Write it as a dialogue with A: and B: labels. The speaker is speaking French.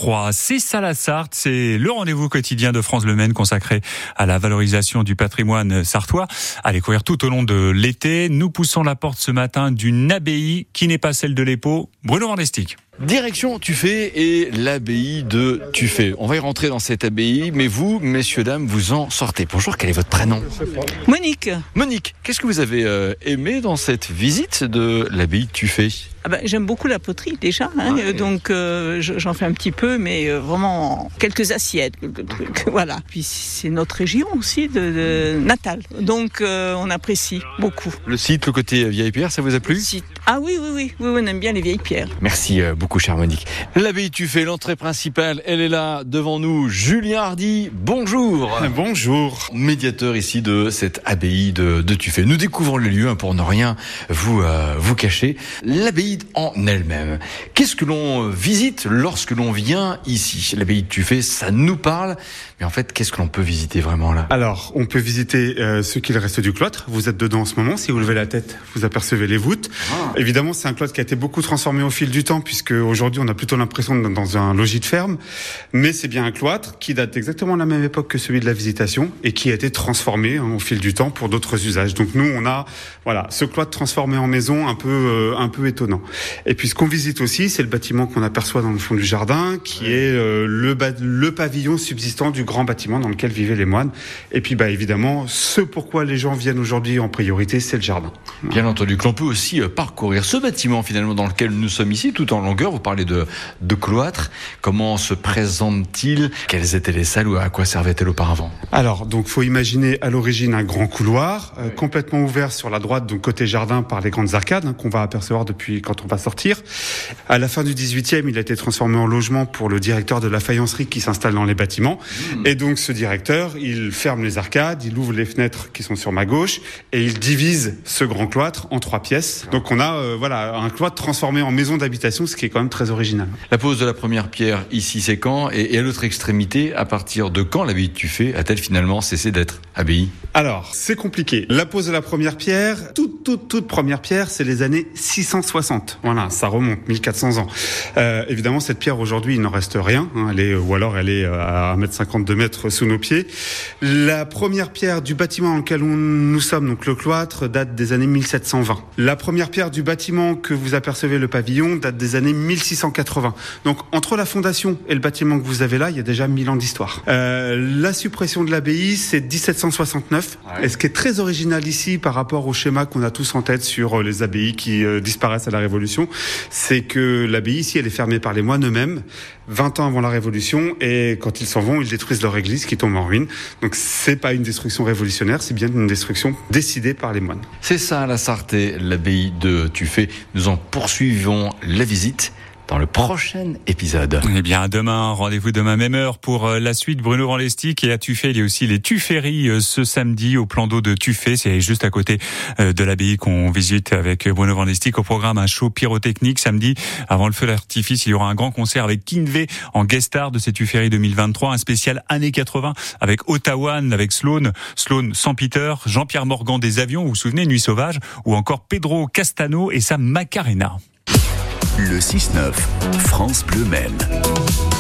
A: 3. C'est ça la Sarthe, c'est le rendez-vous quotidien de France Bleu Maine consacré à la valorisation du patrimoine sartois. À découvrir tout au long de l'été. Nous poussons la porte ce matin d'une abbaye qui n'est pas celle de l'Épau. Bruno Vandestick.
B: Direction Tuffet et l'abbaye de Tuffet. On va y rentrer dans cette abbaye, mais vous, messieurs, dames, vous en sortez. Bonjour, quel est votre prénom ?
C: Monique.
B: Monique, qu'est-ce que vous avez aimé dans cette visite de l'abbaye de Tuffet ?
C: J'aime beaucoup la poterie déjà, donc j'en fais un petit peu, mais vraiment quelques assiettes, quelques trucs, voilà. Puis c'est notre région aussi de natale, donc on apprécie beaucoup.
B: Le site, le côté vieille pierre, ça vous a plu ?
C: Ah oui, on aime bien les vieilles pierres.
B: Merci beaucoup, chère Monique. L'abbaye de Tuffet, l'entrée principale, elle est là devant nous. Julien Hardy, bonjour.
D: Bonjour.
B: Médiateur ici de cette abbaye de Tuffet. Nous découvrons le lieu pour ne rien vous cacher. L'abbaye en elle-même. Qu'est-ce que l'on visite lorsque l'on vient ici ? L'abbaye de Tuffet, ça nous parle, mais en fait, qu'est-ce que l'on peut visiter vraiment là ?
D: Alors, on peut visiter ce qu'il reste du cloître. Vous êtes dedans en ce moment. Si vous levez la tête, vous apercevez les voûtes. Évidemment, c'est un cloître qui a été beaucoup transformé au fil du temps, puisque aujourd'hui, on a plutôt l'impression d'être dans un logis de ferme. Mais c'est bien un cloître qui date exactement de la même époque que celui de la Visitation et qui a été transformé au fil du temps pour d'autres usages. Donc nous, on a ce cloître transformé en maison un peu étonnant. Et puis ce qu'on visite aussi, c'est le bâtiment qu'on aperçoit dans le fond du jardin, qui est le pavillon subsistant du grand bâtiment dans lequel vivaient les moines. Et puis évidemment, ce pourquoi les gens viennent aujourd'hui en priorité, c'est le jardin.
B: Bien entendu, que l'on peut aussi parcourir ce bâtiment finalement dans lequel nous sommes ici, tout en longueur. Vous parlez de cloître. Comment se présente-t-il ? Quelles étaient les salles ou à quoi servait-elle auparavant ?
D: Alors, donc, faut imaginer à l'origine un grand couloir, complètement ouvert sur la droite, donc côté jardin par les grandes arcades, qu'on va apercevoir depuis quand on va sortir. À la fin du 18e, il a été transformé en logement pour le directeur de la faïencerie qui s'installe dans les bâtiments. Et donc, ce directeur, il ferme les arcades, il ouvre les fenêtres qui sont sur ma gauche et il divise ce grand cloître en 3 pièces. Donc, on a, un cloître transformé en maison d'habitation, ce qui est quand même très original.
B: La pose de la première pierre ici, c'est quand ? Et à l'autre extrémité, à partir de quand l'abbaye de Tuffet a-t-elle finalement cessé d'être abbaye ?
D: Alors, c'est compliqué. La pose de la première pierre, toute première pierre, c'est les années 660. Voilà, ça remonte, 1400 ans. Évidemment, cette pierre, aujourd'hui, il n'en reste rien. Elle est à 1,50 m, 2 mètres sous nos pieds. La première pierre du bâtiment dans lequel nous sommes, donc le cloître, date des années 1720. La première pierre du bâtiment que vous apercevez, le pavillon, date des années 1680. Donc, entre la fondation et le bâtiment que vous avez là, il y a déjà 1000 ans d'histoire. La suppression de l'abbaye, c'est 1769. Et ce qui est très original ici, par rapport au schéma qu'on a tous en tête sur les abbayes qui disparaissent à la Révolution, c'est que l'abbaye ici, elle est fermée par les moines eux-mêmes, 20 ans avant la Révolution, et quand ils s'en vont, ils détruisent leur église qui tombe en ruine. Donc c'est pas une destruction révolutionnaire, c'est bien une destruction décidée par les moines.
B: C'est ça la Sarthe et l'abbaye de Tuffet. Nous en poursuivons la visite dans le prochain épisode.
A: Eh bien, demain, rendez-vous demain même heure pour la suite. Bruno Vandestick, et à Tuffet, il y a aussi les Tufferies ce samedi au plan d'eau de Tuffet. C'est juste à côté de l'abbaye qu'on visite avec Bruno Vandestick. Au programme, un show pyrotechnique samedi. Avant le feu d'artifice, il y aura un grand concert avec Kinvey en guest star de ces Tufferies 2023. Un spécial années 80 avec Ottawa, avec Sloan sans Peter, Jean-Pierre Morgan des Avions, vous vous souvenez, Nuit Sauvage, ou encore Pedro Castano et sa Macarena.
E: Le 6-9, France Bleu Maine.